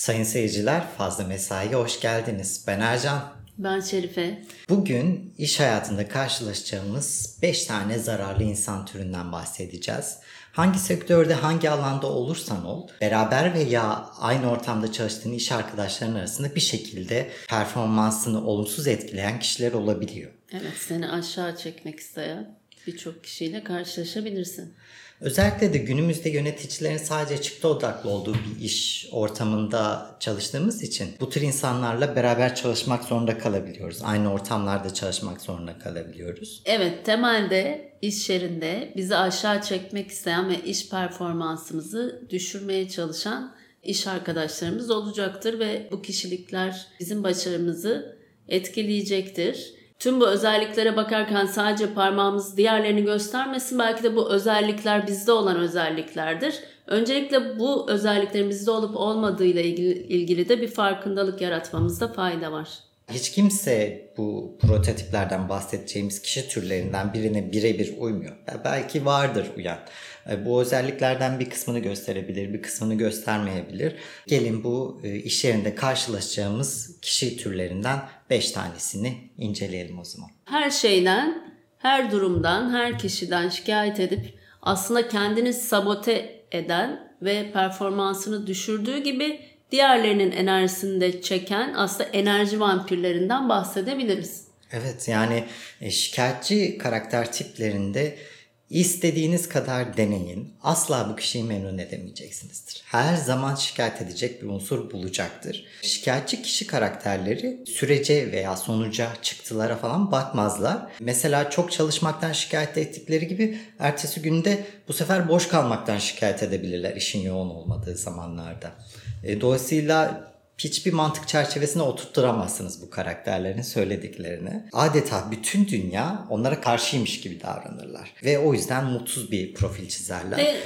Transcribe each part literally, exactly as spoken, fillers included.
Sayın seyirciler, Fazla Mesai'ye hoş geldiniz. Ben Ercan. Ben Şerife. Bugün iş hayatında karşılaşacağımız beş tane zararlı insan türünden bahsedeceğiz. Hangi sektörde, hangi alanda olursan ol, beraber veya aynı ortamda çalıştığın iş arkadaşların arasında bir şekilde performansını olumsuz etkileyen kişiler olabiliyor. Evet, seni aşağı çekmek isteyen birçok kişiyle karşılaşabilirsin. Özellikle de günümüzde yöneticilerin sadece çıktı odaklı olduğu bir iş ortamında çalıştığımız için bu tür insanlarla beraber çalışmak zorunda kalabiliyoruz. Aynı ortamlarda çalışmak zorunda kalabiliyoruz. Evet, temelde iş yerinde bizi aşağı çekmek isteyen ve iş performansımızı düşürmeye çalışan iş arkadaşlarımız olacaktır ve bu kişilikler bizim başarımızı etkileyecektir. Tüm bu özelliklere bakarken sadece parmağımız diğerlerini göstermesin. Belki de bu özellikler bizde olan özelliklerdir. Öncelikle bu özelliklerin bizde olup olmadığıyla ilgili, ilgili de bir farkındalık yaratmamızda fayda var. Hiç kimse bu prototiplerden bahsedeceğimiz kişi türlerinden birine birebir uymuyor. Belki vardır uyan. Bu özelliklerden bir kısmını gösterebilir, bir kısmını göstermeyebilir. Gelin bu iş yerinde karşılaşacağımız kişi türlerinden beş tanesini inceleyelim o zaman. Her şeyden, her durumdan, her kişiden şikayet edip aslında kendini sabote eden ve performansını düşürdüğü gibi diğerlerinin enerjisini de çeken aslında enerji vampirlerinden bahsedebiliriz. Evet, yani şikayetçi karakter tiplerinde İstediğiniz kadar deneyin. Asla bu kişiyi memnun edemeyeceksinizdir. Her zaman şikayet edecek bir unsur bulacaktır. Şikayetçi kişi karakterleri sürece veya sonuca, çıktılara falan bakmazlar. Mesela çok çalışmaktan şikayet ettikleri gibi ertesi günde bu sefer boş kalmaktan şikayet edebilirler işin yoğun olmadığı zamanlarda. Dolayısıyla hiçbir mantık çerçevesine oturtturamazsınız bu karakterlerin söylediklerini. Adeta bütün dünya onlara karşıymış gibi davranırlar. Ve o yüzden mutsuz bir profil çizerler. Ve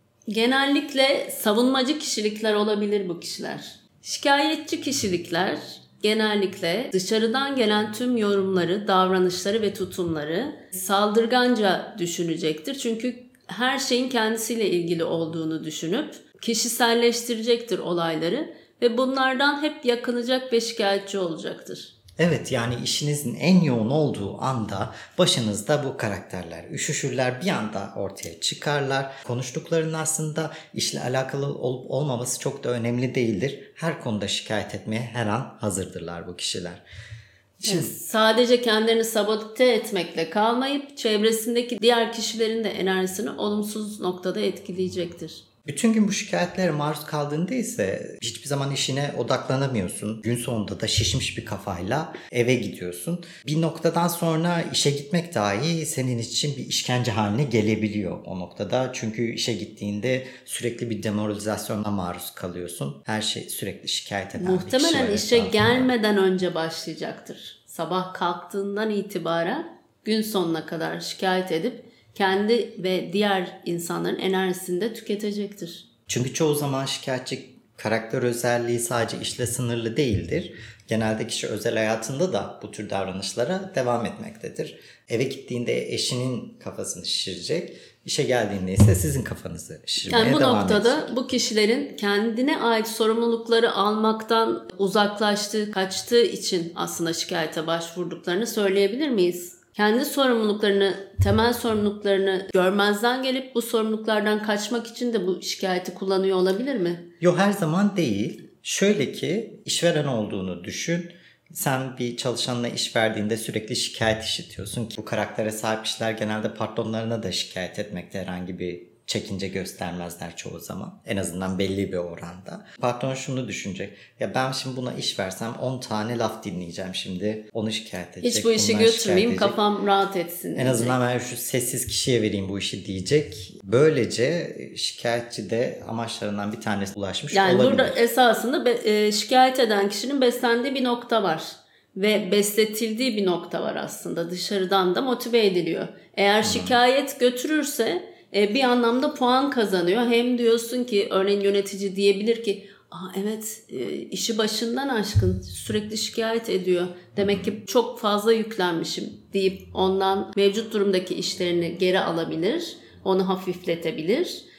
genellikle savunmacı kişilikler olabilir bu kişiler. Şikayetçi kişilikler genellikle dışarıdan gelen tüm yorumları, davranışları ve tutumları saldırganca düşünecektir. Çünkü her şeyin kendisiyle ilgili olduğunu düşünüp kişiselleştirecektir olayları. Ve bunlardan hep yakınacak ve şikayetçi olacaktır. Evet, yani işinizin en yoğun olduğu anda başınızda bu karakterler üşüşürler, bir anda ortaya çıkarlar. Konuştuklarının aslında işle alakalı olup olmaması çok da önemli değildir. Her konuda şikayet etmeye her an hazırdırlar bu kişiler. Şimdi, evet, sadece kendilerini sabote etmekle kalmayıp çevresindeki diğer kişilerin de enerjisini olumsuz noktada etkileyecektir. Bütün gün bu şikayetlere maruz kaldığında ise hiçbir zaman işine odaklanamıyorsun. Gün sonunda da şişmiş bir kafayla eve gidiyorsun. Bir noktadan sonra işe gitmek dahi senin için bir işkence haline gelebiliyor o noktada. Çünkü işe gittiğinde sürekli bir demoralizasyona maruz kalıyorsun. Her şey sürekli şikayet eden bir kişi var. Muhtemelen işe gelmeden önce başlayacaktır. Sabah kalktığından itibaren gün sonuna kadar şikayet edip kendi ve diğer insanların enerjisini de tüketecektir. Çünkü çoğu zaman şikayetçi karakter özelliği sadece işle sınırlı değildir. Genelde kişi özel hayatında da bu tür davranışlara devam etmektedir. Eve gittiğinde eşinin kafasını şişirecek, işe geldiğinde ise sizin kafanızı şişirmeye yani devam edecek. Yani bu noktada bu kişilerin kendine ait sorumlulukları almaktan uzaklaştığı, kaçtığı için aslında şikayete başvurduklarını söyleyebilir miyiz? Kendi sorumluluklarını, temel sorumluluklarını görmezden gelip bu sorumluluklardan kaçmak için de bu şikayeti kullanıyor olabilir mi? Yok, her zaman değil. Şöyle ki, işveren olduğunu düşün. Sen bir çalışanına iş verdiğinde sürekli şikayet işitiyorsun ki bu karaktere sahip kişiler genelde patronlarına da şikayet etmekte herhangi bir çekince göstermezler çoğu zaman. En azından belli bir oranda. Patron şunu düşünecek. Ya ben şimdi buna iş versem on tane laf dinleyeceğim şimdi. Onu şikayet edecek. Hiç bu işi götürmeyeyim, kafam rahat etsin diyecek. En azından ben şu sessiz kişiye vereyim bu işi diyecek. Böylece şikayetçi de amaçlarından bir tanesi ulaşmış yani olabilir. Yani burada esasında be, e, şikayet eden kişinin beslendiği bir nokta var. Ve besletildiği bir nokta var aslında. Dışarıdan da motive ediliyor. Eğer hmm. şikayet götürürse bir anlamda puan kazanıyor. Hem diyorsun ki örneğin yönetici diyebilir ki Aa, evet işi başından aşkın sürekli şikayet ediyor. Demek ki çok fazla yüklenmişim deyip ondan mevcut durumdaki işlerini geri alabilir. Onu hafifletebilir.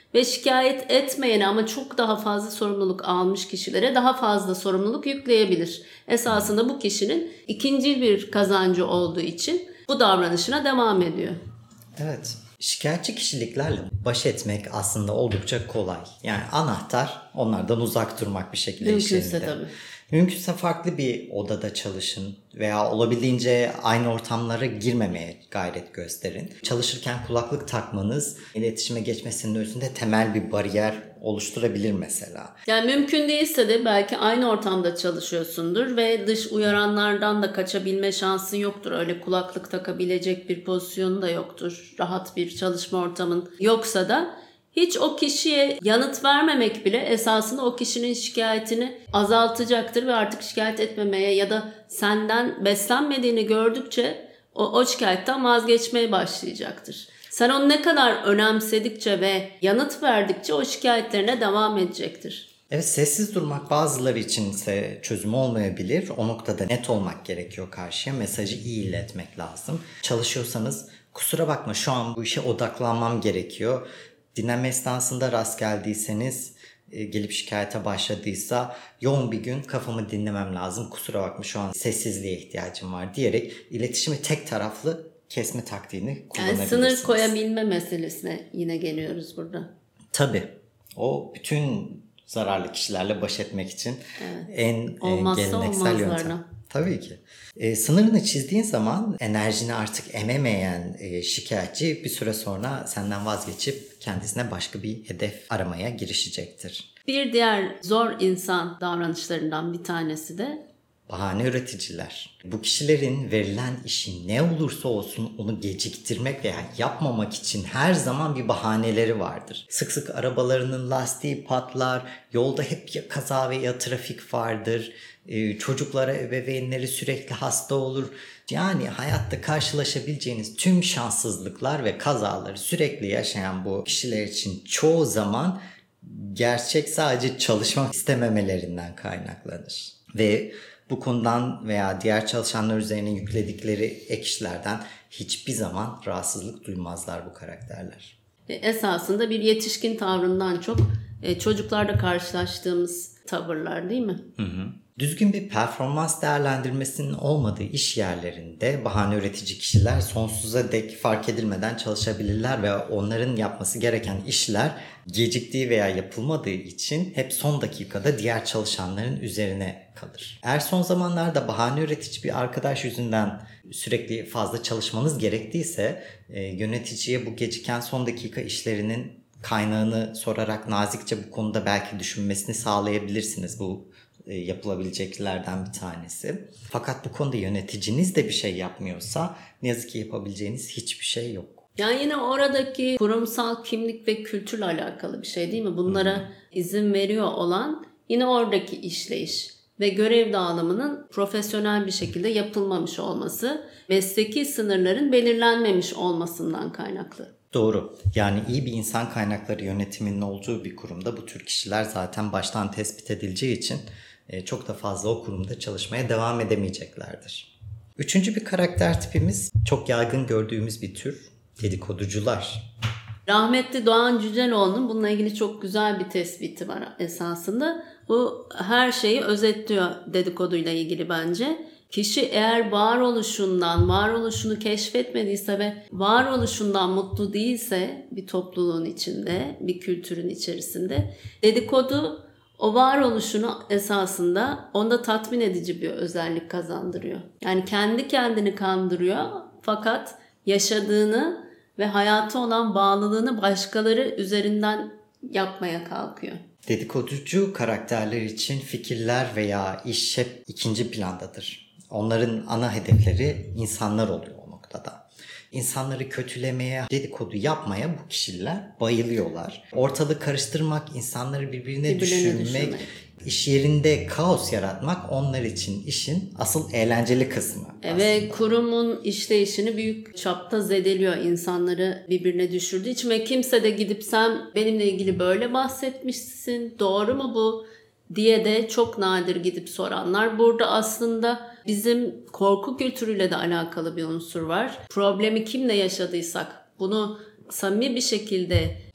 ve şikayet etmeyene ama çok daha fazla sorumluluk almış kişilere daha fazla sorumluluk yükleyebilir. Esasında bu kişinin ikinci bir kazancı olduğu için bu davranışına devam ediyor. Evet. Şikayetçi kişiliklerle baş etmek aslında oldukça kolay. Yani anahtar onlardan uzak durmak bir şekilde Mümkünse işlerinde. tabii. Mümkünse farklı bir odada çalışın veya olabildiğince aynı ortamlara girmemeye gayret gösterin. Çalışırken kulaklık takmanız iletişime geçmesinin önünde temel bir bariyer oluşturabilir mesela. Yani mümkün değilse de belki aynı ortamda çalışıyorsundur ve dış uyaranlardan da kaçabilme şansın yoktur. Öyle kulaklık takabilecek bir pozisyonu da yoktur. Rahat bir çalışma ortamın yoksa da hiç o kişiye yanıt vermemek bile esasında o kişinin şikayetini azaltacaktır ve artık şikayet etmemeye ya da senden beslenmediğini gördükçe o, o şikayetten vazgeçmeye başlayacaktır. Sen onu ne kadar önemsedikçe ve yanıt verdikçe o şikayetlerine devam edecektir. Evet, sessiz durmak bazıları için ise çözüm olmayabilir. O noktada net olmak gerekiyor karşıya. Mesajı iyi iletmek lazım. Çalışıyorsanız kusura bakma şu an bu işe odaklanmam gerekiyor. Dinlenme esnasında rast geldiyseniz gelip şikayete başladıysa yoğun bir gün kafamı dinlemem lazım. Kusura bakma şu an sessizliğe ihtiyacım var diyerek iletişimi tek taraflı kesme taktiğini kullanabilirsiniz. Yani sınır koyabilme meselesine yine geliyoruz burada. Tabii. O bütün zararlı kişilerle baş etmek için evet. en Olmazsa geleneksel yöntem. Tabii ki. E, sınırını çizdiğin zaman enerjini artık ememeyen e, şikayetçi bir süre sonra senden vazgeçip kendisine başka bir hedef aramaya girişecektir. Bir diğer zor insan davranışlarından bir tanesi de bahane üreticiler. Bu kişilerin verilen işi ne olursa olsun onu geciktirmek veya yapmamak için her zaman bir bahaneleri vardır. Sık sık arabalarının lastiği patlar, yolda hep ya kaza veya trafik vardır, ee, çocuklara, ebeveynleri sürekli hasta olur. Yani hayatta karşılaşabileceğiniz tüm şanssızlıklar ve kazaları sürekli yaşayan bu kişiler için çoğu zaman gerçek sadece çalışmak istememelerinden kaynaklanır. Ve bu konudan veya diğer çalışanlar üzerine yükledikleri ek işlerden hiçbir zaman rahatsızlık duymazlar bu karakterler. Esasında bir yetişkin tavrından çok çocuklarda karşılaştığımız tavırlar değil mi? Hı hı. Düzgün bir performans değerlendirmesinin olmadığı iş yerlerinde bahane üretici kişiler sonsuza dek fark edilmeden çalışabilirler ve onların yapması gereken işler geciktiği veya yapılmadığı için hep son dakikada diğer çalışanların üzerine kalır. Eğer son zamanlarda bahane üretici bir arkadaş yüzünden sürekli fazla çalışmanız gerektiyse e, yöneticiye bu geciken son dakika işlerinin kaynağını sorarak nazikçe bu konuda belki düşünmesini sağlayabilirsiniz. Bu yapılabileceklerden bir tanesi. Fakat bu konuda yöneticiniz de bir şey yapmıyorsa ne yazık ki yapabileceğiniz hiçbir şey yok. Yani yine oradaki kurumsal kimlik ve kültürle alakalı bir şey değil mi? Bunlara hmm. izin veriyor olan yine oradaki işleyiş ve görev dağılımının profesyonel bir şekilde yapılmamış olması, mesleki sınırların belirlenmemiş olmasından kaynaklı. Doğru. Yani iyi bir insan kaynakları yönetiminin olduğu bir kurumda bu tür kişiler zaten baştan tespit edileceği için çok da fazla o kurumda çalışmaya devam edemeyeceklerdir. Üçüncü bir karakter tipimiz çok yaygın gördüğümüz bir tür dedikoducular. Rahmetli Doğan Cüceloğlu'nun bununla ilgili çok güzel bir tespiti var esasında. Bu her şeyi özetliyor dedikoduyla ilgili bence. Kişi eğer varoluşundan, varoluşunu keşfetmediyse ve varoluşundan mutlu değilse bir topluluğun içinde, bir kültürün içerisinde dedikodu o varoluşunu esasında onda tatmin edici bir özellik kazandırıyor. Yani kendi kendini kandırıyor fakat yaşadığını ve hayata olan bağlılığını başkaları üzerinden yapmaya kalkıyor. Dedikoducu karakterler için fikirler veya iş hep ikinci plandadır. Onların ana hedefleri insanlar oluyor o noktada. İnsanları kötülemeye, dedikodu yapmaya bu kişiler bayılıyorlar. Ortalığı karıştırmak, insanları birbirine, birbirine düşürmek, düşürmek, iş yerinde kaos yaratmak onlar için işin asıl eğlenceli kısmı. Ve kurumun işleyişini büyük çapta zedeliyor, insanları birbirine düşürdüğü için ve kimse de gidip sen benimle ilgili böyle bahsetmişsin, doğru mu bu diye de çok nadir gidip soranlar. Burada aslında bizim korku kültürüyle de alakalı bir unsur var. Problemi kimle yaşadıysak bunu samimi bir şekilde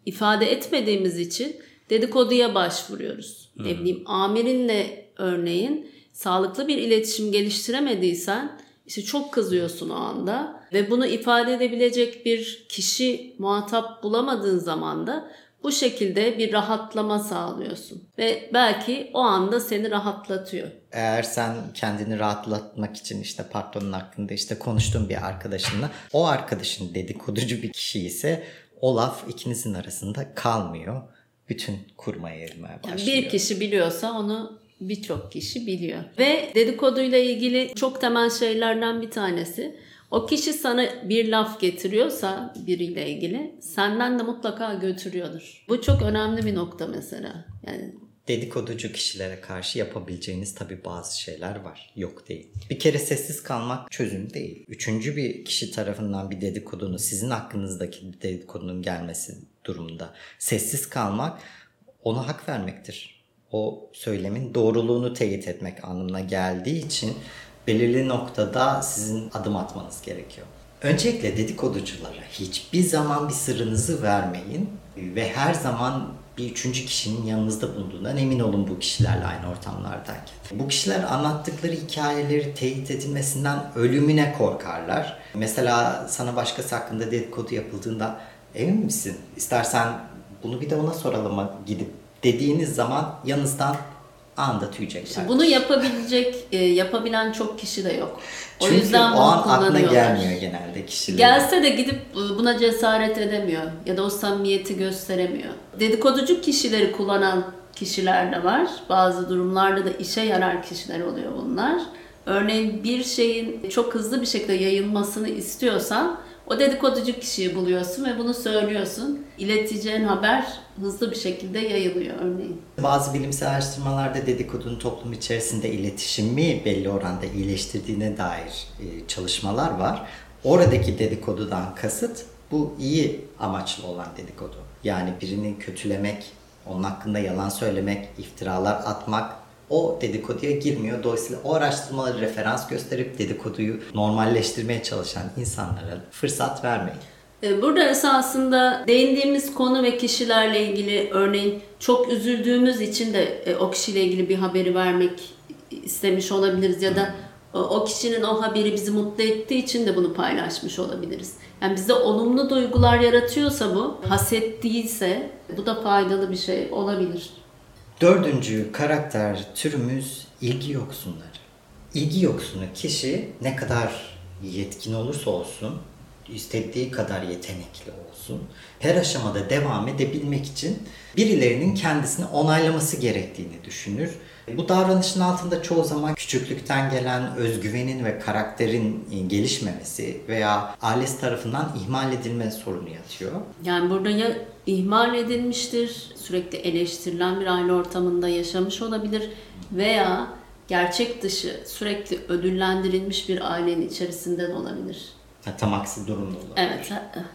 ifade etmediğimiz için dedikoduya başvuruyoruz. Hmm. Ne bileyim, amirinle örneğin sağlıklı bir iletişim geliştiremediysen işte çok kızıyorsun o anda ve bunu ifade edebilecek bir kişi, muhatap bulamadığın zaman da bu şekilde bir rahatlama sağlıyorsun ve belki o anda seni rahatlatıyor. Eğer sen kendini rahatlatmak için işte patronun hakkında işte konuştuğun bir arkadaşınla, o arkadaşın dedikoducu bir kişi ise o laf ikinizin arasında kalmıyor. Bütün kurmaya erilmeye başlıyor. Yani bir kişi biliyorsa onu birçok kişi biliyor. Ve dedikoduyla ilgili çok temel şeylerden bir tanesi, o kişi sana bir laf getiriyorsa biriyle ilgili, senden de mutlaka götürüyordur. Bu çok önemli bir nokta mesela. Yani dedikoducu kişilere karşı yapabileceğiniz tabii bazı şeyler var. Yok değil. Bir kere sessiz kalmak çözüm değil. Üçüncü bir kişi tarafından bir dedikodunun, sizin hakkınızdaki bir dedikodunun gelmesi durumunda sessiz kalmak ona hak vermektir. O söylemin doğruluğunu teyit etmek anlamına geldiği için belirli noktada sizin adım atmanız gerekiyor. Öncelikle dedikoduculara hiçbir zaman bir sırrınızı vermeyin ve her zaman bir üçüncü kişinin yanınızda bulunduğundan emin olun bu kişilerle aynı ortamlardayken. Bu kişiler anlattıkları hikayeleri teyit edilmesinden ölümüne korkarlar. Mesela sana başkası hakkında dedikodu yapıldığında emin misin? İstersen bunu bir de ona soralım gidip dediğiniz zaman yanınızdan anında tüyecekler. Bunu yapabilecek, yapabilen çok kişi de yok. O Çünkü yüzden o an aklına gelmiyor genelde kişiler. Gelse de gidip buna cesaret edemiyor ya da o samimiyeti gösteremiyor. Dedikoducu kişileri kullanan kişiler de var. Bazı durumlarda da işe yarar kişiler oluyor bunlar. Örneğin bir şeyin çok hızlı bir şekilde yayılmasını istiyorsan o dedikoducu kişiyi buluyorsun ve bunu söylüyorsun. İleteceğin haber hızlı bir şekilde yayılıyor örneğin. Bazı bilimsel araştırmalarda dedikodunun toplum içerisinde iletişimi belli oranda iyileştirdiğine dair çalışmalar var. Oradaki dedikodudan kasıt bu iyi amaçlı olan dedikodu. Yani birini kötülemek, onun hakkında yalan söylemek, iftiralar atmak o dedikoduya girmiyor. Dolayısıyla o araştırmaları referans gösterip dedikoduyu normalleştirmeye çalışan insanlara fırsat vermeyin. Burada esasında değindiğimiz konu ve kişilerle ilgili örneğin çok üzüldüğümüz için de o kişiyle ilgili bir haberi vermek istemiş olabiliriz ya da o kişinin o haberi bizi mutlu ettiği için de bunu paylaşmış olabiliriz. Yani bizde olumlu duygular yaratıyorsa bu, haset değilse bu da faydalı bir şey olabilir. Dördüncü karakter türümüz ilgi yoksunları. İlgi yoksunu kişi ne kadar yetkin olursa olsun, istediği kadar yetenekli olsun, her aşamada devam edebilmek için birilerinin kendisini onaylaması gerektiğini düşünür. Bu davranışın altında çoğu zaman küçüklükten gelen özgüvenin ve karakterin gelişmemesi veya ailesi tarafından ihmal edilme sorunu yatıyor. Yani burada ya ihmal edilmiştir, sürekli eleştirilen bir aile ortamında yaşamış olabilir veya gerçek dışı sürekli ödüllendirilmiş bir ailenin içerisinden olabilir. Ha, tam aksi durumda olabilir. Evet,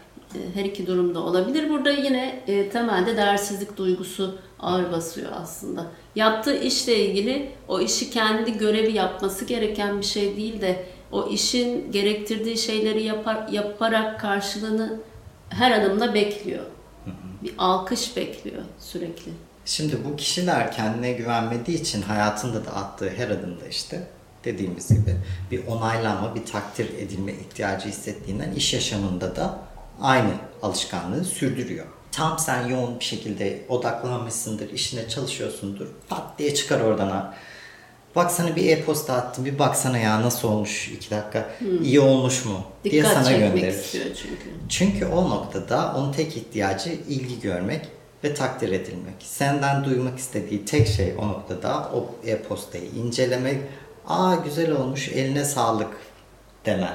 her iki durumda olabilir. Burada yine e, temelde değersizlik duygusu ağır basıyor aslında. Yaptığı işle ilgili o işi kendi görevi yapması gereken bir şey değil de o işin gerektirdiği şeyleri yapar, yaparak karşılığını her adımda bekliyor. Hı hı. Bir alkış bekliyor sürekli. Şimdi bu kişiler kendine güvenmediği için hayatında da attığı her adımda işte dediğimiz gibi bir onaylanma, bir takdir edilme ihtiyacı hissettiğinden iş yaşamında da aynı alışkanlığı sürdürüyor. Tam sen yoğun bir şekilde odaklanmışsındır, işine çalışıyorsundur. Pat diye çıkar oradan ha. Bak sana bir e-posta attım, bir baksana ya nasıl olmuş iki dakika, hmm. iyi olmuş mu Dikkat diye sana gönderir. gönderir. Çünkü. çünkü o noktada onun tek ihtiyacı ilgi görmek ve takdir edilmek. Senden duymak istediği tek şey o noktada o e-postayı incelemek. Aa güzel olmuş, eline sağlık demen.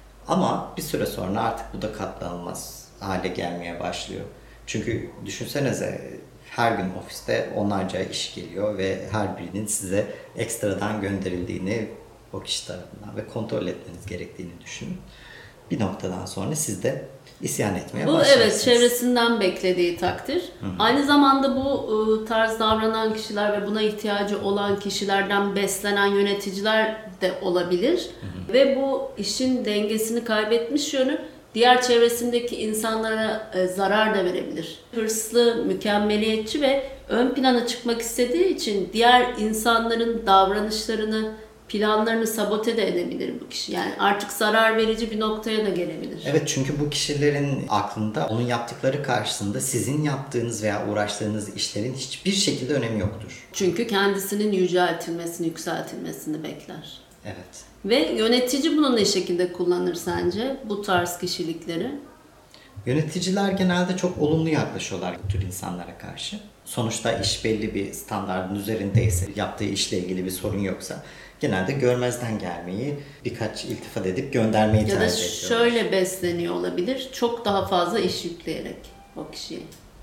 Ama bir süre sonra artık bu da katlanılmaz hale gelmeye başlıyor. Çünkü düşünsenize her gün ofiste onlarca iş geliyor ve her birinin size ekstradan gönderildiğini o kişi tarafından ve kontrol etmeniz gerektiğini düşünün. Bir noktadan sonra siz de isyan etmeye bu, başlarsınız. Bu evet çevresinden beklediği takdir. Hı-hı. Aynı zamanda bu tarz davranan kişiler ve buna ihtiyacı olan kişilerden beslenen yöneticiler de olabilir. Hı-hı. Ve bu işin dengesini kaybetmiş yönü diğer çevresindeki insanlara e, zarar da verebilir. Hırslı, mükemmeliyetçi ve ön plana çıkmak istediği için diğer insanların davranışlarını, planlarını sabote de edebilir bu kişi. Yani artık zarar verici bir noktaya da gelebilir. Evet, çünkü bu kişilerin aklında onun yaptıkları karşısında sizin yaptığınız veya uğraştığınız işlerin hiçbir şekilde önemi yoktur. Çünkü kendisinin yüceltilmesini, yükseltilmesini bekler. Evet. Ve yönetici bunu ne şekilde kullanır sence bu tarz kişilikleri? Yöneticiler genelde çok olumlu yaklaşıyorlar bu tür insanlara karşı. Sonuçta iş belli bir standardın üzerindeyse, yaptığı işle ilgili bir sorun yoksa genelde görmezden gelmeyi, birkaç iltifat edip göndermeyi ya tercih da ediyorlar. şöyle besleniyor olabilir, çok daha fazla iş yükleyerek o kişiye.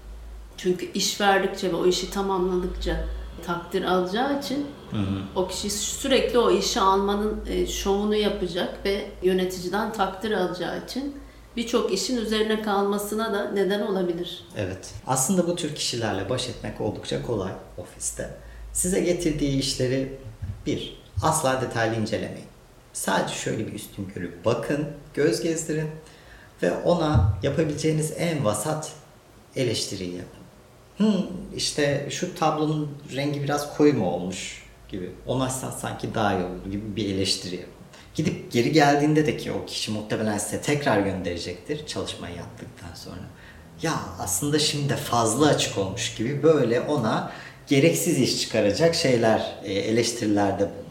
Çünkü iş verdikçe ve o işi tamamladıkça takdir alacağı için hı hı. o kişi sürekli o işi almanın şovunu yapacak ve yöneticiden takdir alacağı için birçok işin üzerine kalmasına da neden olabilir. Evet. Aslında bu tür kişilerle baş etmek oldukça kolay ofiste. Size getirdiği işleri bir, asla detaylı incelemeyin. Sadece şöyle bir üstüngörü bakın, göz gezdirin ve ona yapabileceğiniz en vasat eleştiriyi yapın. Hmm, işte şu tablonun rengi biraz koyu mu olmuş gibi. Onu açsan sanki daha iyi olur gibi bir eleştiri yapın. Gidip geri geldiğinde de ki o kişi muhtemelen size tekrar gönderecektir çalışmayı yaptıktan sonra. Ya aslında şimdi de fazla açık olmuş gibi böyle ona gereksiz iş çıkaracak şeyler, eleştirilerde bulunun.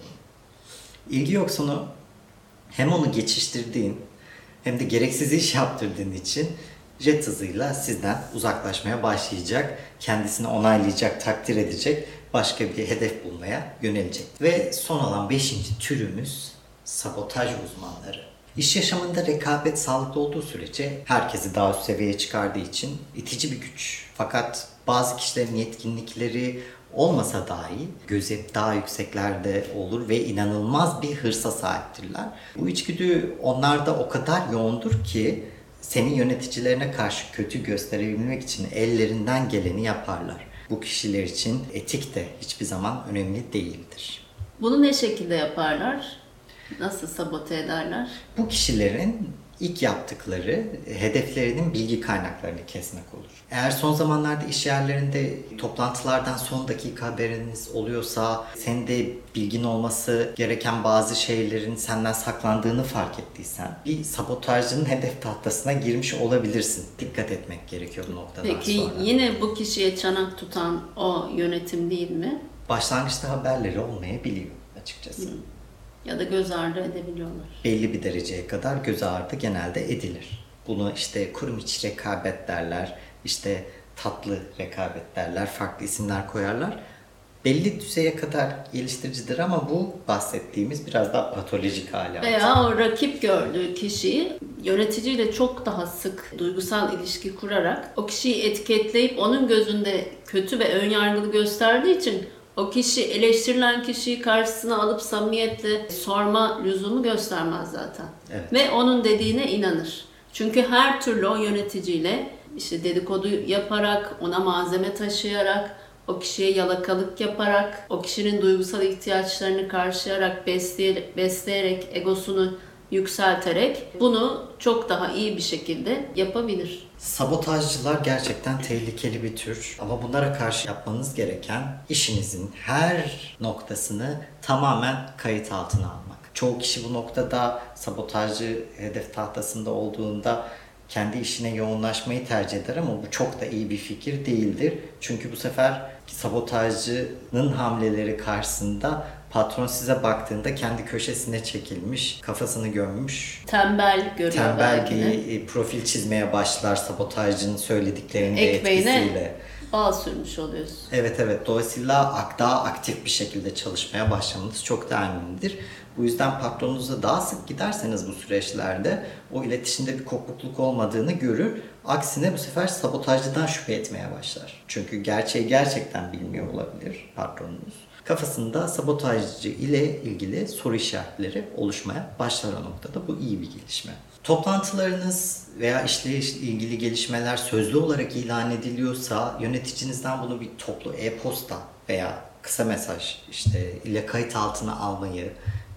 İlgi yoksunu hem onu geçiştirdiğin hem de gereksiz iş yaptırdığın için jet hızıyla sizden uzaklaşmaya başlayacak, kendisini onaylayacak, takdir edecek başka bir hedef bulmaya yönelecek. Ve son olan beşinci türümüz sabotaj uzmanları. İş yaşamında rekabet sağlıklı olduğu sürece herkesi daha üst seviyeye çıkardığı için itici bir güç. Fakat bazı kişilerin yetkinlikleri olmasa dahi gözü daha yükseklerde olur ve inanılmaz bir hırsa sahiptirler. Bu içgüdü onlarda o kadar yoğundur ki senin yöneticilerine karşı kötü gösterebilmek için ellerinden geleni yaparlar. Bu kişiler için etik de hiçbir zaman önemli değildir. Bunu ne şekilde yaparlar? Nasıl sabote ederler? Bu kişilerin ilk yaptıkları hedeflerinin bilgi kaynaklarını kesmek olur. Eğer son zamanlarda iş yerlerinde toplantılardan son dakika haberiniz oluyorsa, senin de bilgin olması gereken bazı şeylerin senden saklandığını fark ettiysen bir sabotajcının hedef tahtasına girmiş olabilirsin. Dikkat etmek gerekiyor bu noktadan Peki, sonra. Peki yine bu kişiye çanak tutan o yönetim değil mi? Başlangıçta haberleri olmayabiliyor açıkçası. Hı. Ya da göz ardı edebiliyorlar. Belli bir dereceye kadar göz ardı genelde edilir. Bunu işte kurum içi rekabet derler, işte tatlı rekabet derler, farklı isimler koyarlar. Belli düzeye kadar geliştiricidir ama bu bahsettiğimiz biraz daha patolojik hali. Veya o rakip gördüğü kişiyi yöneticiyle çok daha sık duygusal ilişki kurarak o kişiyi etiketleyip onun gözünde kötü ve önyargılı gösterdiği için o kişi eleştirilen kişiyi karşısına alıp samimiyetle sorma lüzumu göstermez zaten. Evet. Ve onun dediğine inanır. Çünkü her türlü o yöneticiyle işte dedikodu yaparak, ona malzeme taşıyarak, o kişiye yalakalık yaparak, o kişinin duygusal ihtiyaçlarını karşılayarak, besleyerek, besleyerek egosunu yükselterek bunu çok daha iyi bir şekilde yapabilir. Sabotajcılar gerçekten tehlikeli bir tür ama bunlara karşı yapmanız gereken işinizin her noktasını tamamen kayıt altına almak. Çoğu kişi bu noktada sabotajcı hedef tahtasında olduğunda kendi işine yoğunlaşmayı tercih eder ama bu çok da iyi bir fikir değildir. Çünkü bu sefer sabotajcının hamleleri karşısında patron size baktığında kendi köşesine çekilmiş, kafasını gömmüş. Tembel görüyor Tembel belki bir de. profil çizmeye başlar sabotajcının söylediklerinin Ekmeğine etkisiyle. bal sürmüş oluyorsun. Evet evet. Dolayısıyla daha aktif bir şekilde çalışmaya başlamanız çok da önemlidir. Bu yüzden patronunuza daha sık giderseniz bu süreçlerde o iletişimde bir kopukluk olmadığını görür. Aksine bu sefer sabotajcıdan şüphe etmeye başlar. Çünkü gerçeği gerçekten bilmiyor olabilir patronunuz. Kafasında sabotajcı ile ilgili soru işaretleri oluşmaya başlar o noktada. Bu iyi bir gelişme. Toplantılarınız veya işle ilgili gelişmeler sözlü olarak ilan ediliyorsa yöneticinizden bunu bir toplu e-posta veya kısa mesaj işte ile kayıt altına almayı,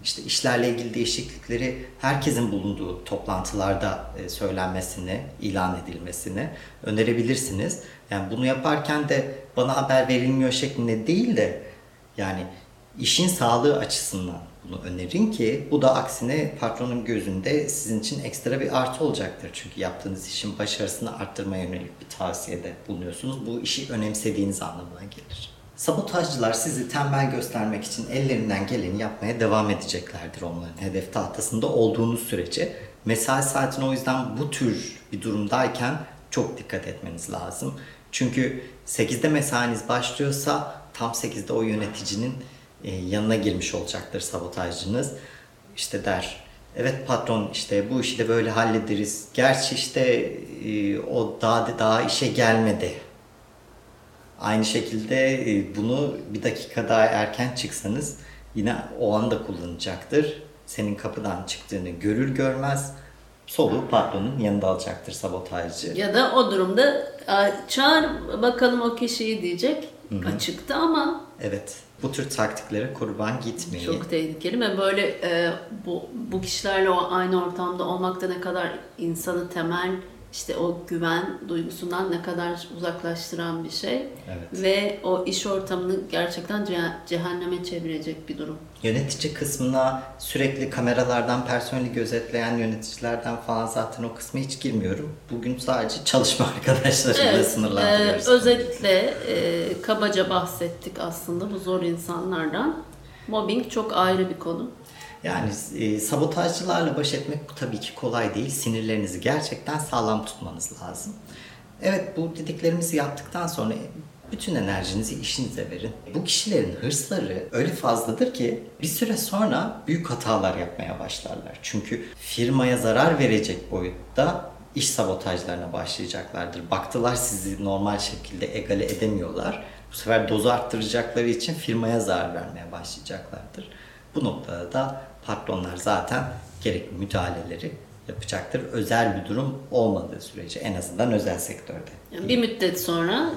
işte işlerle ilgili değişiklikleri herkesin bulunduğu toplantılarda e, söylenmesini, ilan edilmesini önerebilirsiniz. Yani bunu yaparken de bana haber verilmiyor şeklinde değil de yani işin sağlığı açısından bunu önerin ki bu da aksine patronun gözünde sizin için ekstra bir artı olacaktır. Çünkü yaptığınız işin başarısını arttırmaya yönelik bir tavsiyede bulunuyorsunuz. Bu işi önemsediğiniz anlamına gelir. Sabotajcılar sizi tembel göstermek için ellerinden geleni yapmaya devam edeceklerdir onların hedef tahtasında olduğunuz sürece. Mesai saatine o yüzden bu tür bir durumdayken çok dikkat etmeniz lazım. Çünkü sekizde mesainiz başlıyorsa tam sekizde o yöneticinin yanına girmiş olacaktır sabotajcınız. İşte der, evet patron işte bu işi de böyle hallederiz. Gerçi işte o daha daha işe gelmedi. Aynı şekilde bunu bir dakika daha erken çıksanız yine o anda kullanacaktır. Senin kapıdan çıktığını görür görmez soluğu patronun yanında alacaktır sabotajcı. Ya da o durumda çağır bakalım o kişiyi diyecek. Hı-hı. Açıktı ama. Evet. Bu tür taktiklere kurban gitmeyin. Çok tehlikeli ve böyle e, bu, bu kişilerle o aynı ortamda olmak da ne kadar insanı temel işte o güven duygusundan ne kadar uzaklaştıran bir şey. Evet. Ve o iş ortamını gerçekten ce- cehenneme çevirecek bir durum. Yönetici kısmına sürekli kameralardan personeli gözetleyen yöneticilerden falan zaten o kısma hiç girmiyorum. Bugün sadece çalışma arkadaşlarıyla evet, sınırlandırıyoruz. E, özetle e, kabaca bahsettik aslında bu zor insanlardan. Mobbing çok ayrı bir konu. Yani e, sabotajcılarla baş etmek tabii ki kolay değil. Sinirlerinizi gerçekten sağlam tutmanız lazım. Evet, bu dediklerimizi yaptıktan sonra bütün enerjinizi işinize verin. Bu kişilerin hırsları öyle fazladır ki bir süre sonra büyük hatalar yapmaya başlarlar. Çünkü firmaya zarar verecek boyutta iş sabotajlarına başlayacaklardır. Baktılar sizi normal şekilde egale edemiyorlar. Bu sefer dozu arttıracakları için firmaya zarar vermeye başlayacaklardır. Bu noktada da patronlar zaten gerekli müdahaleleri yapacaktır. Özel bir durum olmadığı sürece, en azından özel sektörde. Yani bir müddet sonra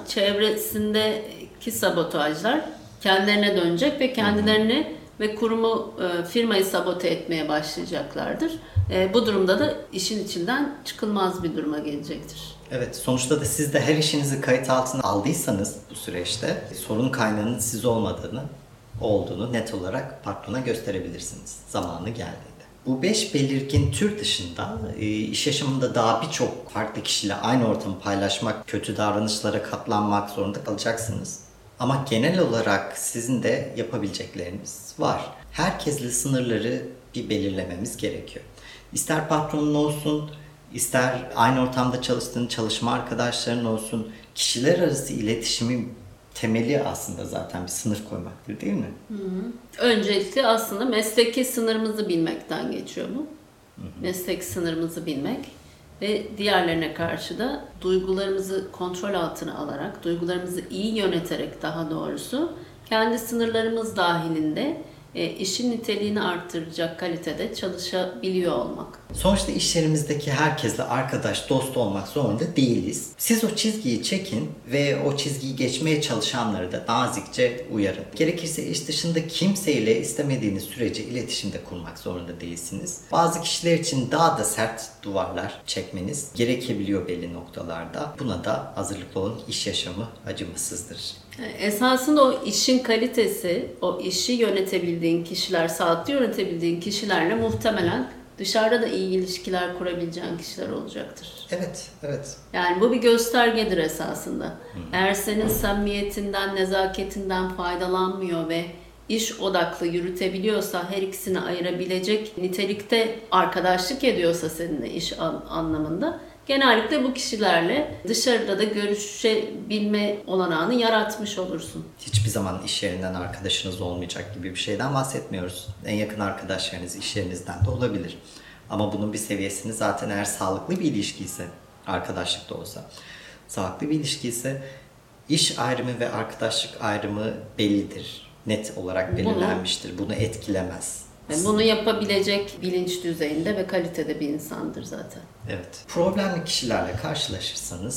çevresindeki sabotajlar kendilerine dönecek ve kendilerini Hı-hı. ve kurumu, firmayı sabote etmeye başlayacaklardır. Bu durumda da işin içinden çıkılmaz bir duruma gelecektir. Evet, sonuçta da siz de her işinizi kayıt altına aldıysanız bu süreçte sorun kaynağının siz olmadığını, olduğunu net olarak patrona gösterebilirsiniz zamanı geldiğinde. Bu beş belirgin tür dışında iş yaşamında daha birçok farklı kişiyle aynı ortamı paylaşmak, kötü davranışlara katlanmak zorunda kalacaksınız. Ama genel olarak sizin de yapabilecekleriniz var. Herkesle sınırları bir belirlememiz gerekiyor. İster patronun olsun, ister aynı ortamda çalıştığın çalışma arkadaşların olsun, kişiler arası iletişimin temeli aslında zaten bir sınır koymaktır, değil mi? Hı hı. Öncelikle aslında mesleki sınırımızı bilmekten geçiyor bu. Hı hı. Meslek sınırımızı bilmek ve diğerlerine karşı da duygularımızı kontrol altına alarak, duygularımızı iyi yöneterek daha doğrusu kendi sınırlarımız dahilinde e, işin niteliğini arttıracak kalitede çalışabiliyor olmak. Sonuçta iş yerimizdeki herkesle arkadaş, dost olmak zorunda değiliz. Siz o çizgiyi çekin ve o çizgiyi geçmeye çalışanları da nazikçe uyarın. Gerekirse iş dışında kimseyle istemediğiniz sürece iletişimde kurmak zorunda değilsiniz. Bazı kişiler için daha da sert duvarlar çekmeniz gerekebiliyor belli noktalarda. Buna da hazırlıklı olun. İş yaşamı acımasızdır. Esasında o işin kalitesi, o işi yönetebildiğin kişiler, sağlıklı yönetebildiğin kişilerle muhtemelen dışarıda da iyi ilişkiler kurabileceğin kişiler olacaktır. Evet, evet. Yani bu bir göstergedir esasında. Hmm. Eğer senin samimiyetinden, nezaketinden faydalanmıyor ve iş odaklı yürütebiliyorsa, her ikisini ayırabilecek nitelikte arkadaşlık ediyorsa seninle iş an- anlamında, genellikle bu kişilerle dışarıda da görüşebilme olanağını yaratmış olursun. Hiçbir zaman iş yerinden arkadaşınız olmayacak gibi bir şeyden bahsetmiyoruz. En yakın arkadaşlarınız iş yerinizden de olabilir. Ama bunun bir seviyesini zaten eğer sağlıklı bir ilişki ise, arkadaşlık da olsa, sağlıklı bir ilişki ise iş ayrımı ve arkadaşlık ayrımı bellidir. Net olarak belirlenmiştir. Bunu, Bunu etkilemez. Bunu yapabilecek bilinç düzeyinde ve kalitede bir insandır zaten. Evet. Problemli kişilerle karşılaşırsanız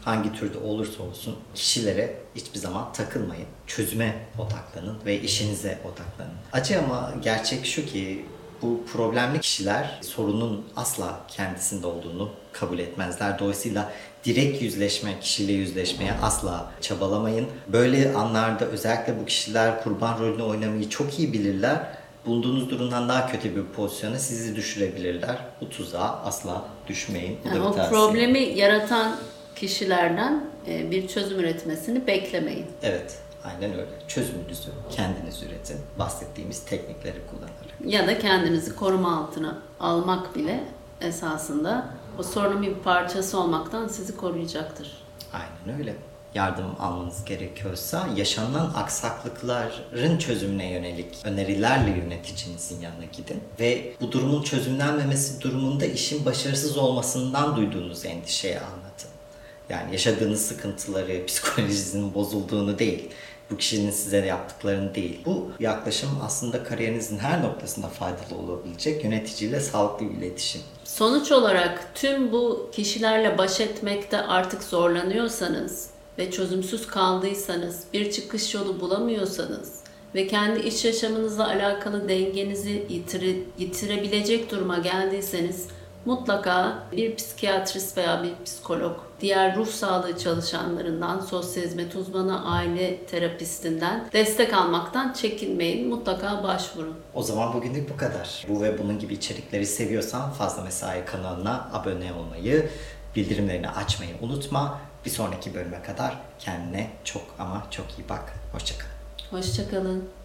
hangi türde olursa olsun kişilere hiçbir zaman takılmayın. Çözüme odaklanın ve işinize odaklanın. Acı ama gerçek şu ki bu problemli kişiler sorunun asla kendisinde olduğunu kabul etmezler. Dolayısıyla direkt yüzleşme, kişiyle yüzleşmeye asla çabalamayın. Böyle anlarda özellikle bu kişiler kurban rolünü oynamayı çok iyi bilirler. Bulunduğunuz durumdan daha kötü bir pozisyona sizi düşürebilirler. Bu tuzağa asla düşmeyin. Bu yani da bir o tavsiye. problemi yaratan kişilerden bir çözüm üretmesini beklemeyin. Evet, aynen öyle. Çözümünüzü kendiniz üretin. Bahsettiğimiz teknikleri kullanarak. Ya da kendinizi koruma altına almak bile esasında o sorunun bir parçası olmaktan sizi koruyacaktır. Aynen öyle. Yardım almanız gerekiyorsa yaşanılan aksaklıkların çözümüne yönelik önerilerle yöneticinizin yanına gidin. Ve bu durumun çözümlenmemesi durumunda işin başarısız olmasından duyduğunuz endişeyi anlatın. Yani yaşadığınız sıkıntıları, psikolojinizin bozulduğunu değil, bu kişinin size yaptıklarını değil. Bu yaklaşım aslında kariyerinizin her noktasında faydalı olabilecek yöneticiyle sağlıklı bir iletişim. Sonuç olarak tüm bu kişilerle baş etmekte artık zorlanıyorsanız ve çözümsüz kaldıysanız, bir çıkış yolu bulamıyorsanız ve kendi iş yaşamınızla alakalı dengenizi yitire, yitirebilecek duruma geldiyseniz mutlaka bir psikiyatrist veya bir psikolog, diğer ruh sağlığı çalışanlarından, sosyal hizmet uzmanı, aile terapistinden destek almaktan çekinmeyin. Mutlaka başvurun. O zaman bugünlük bu kadar. Bu ve bunun gibi içerikleri seviyorsan Fazla Mesai kanalına abone olmayı, bildirimlerini açmayı unutma. Bir sonraki bölüme kadar kendine çok ama çok iyi bak. Hoşça kal. Hoşça kalın.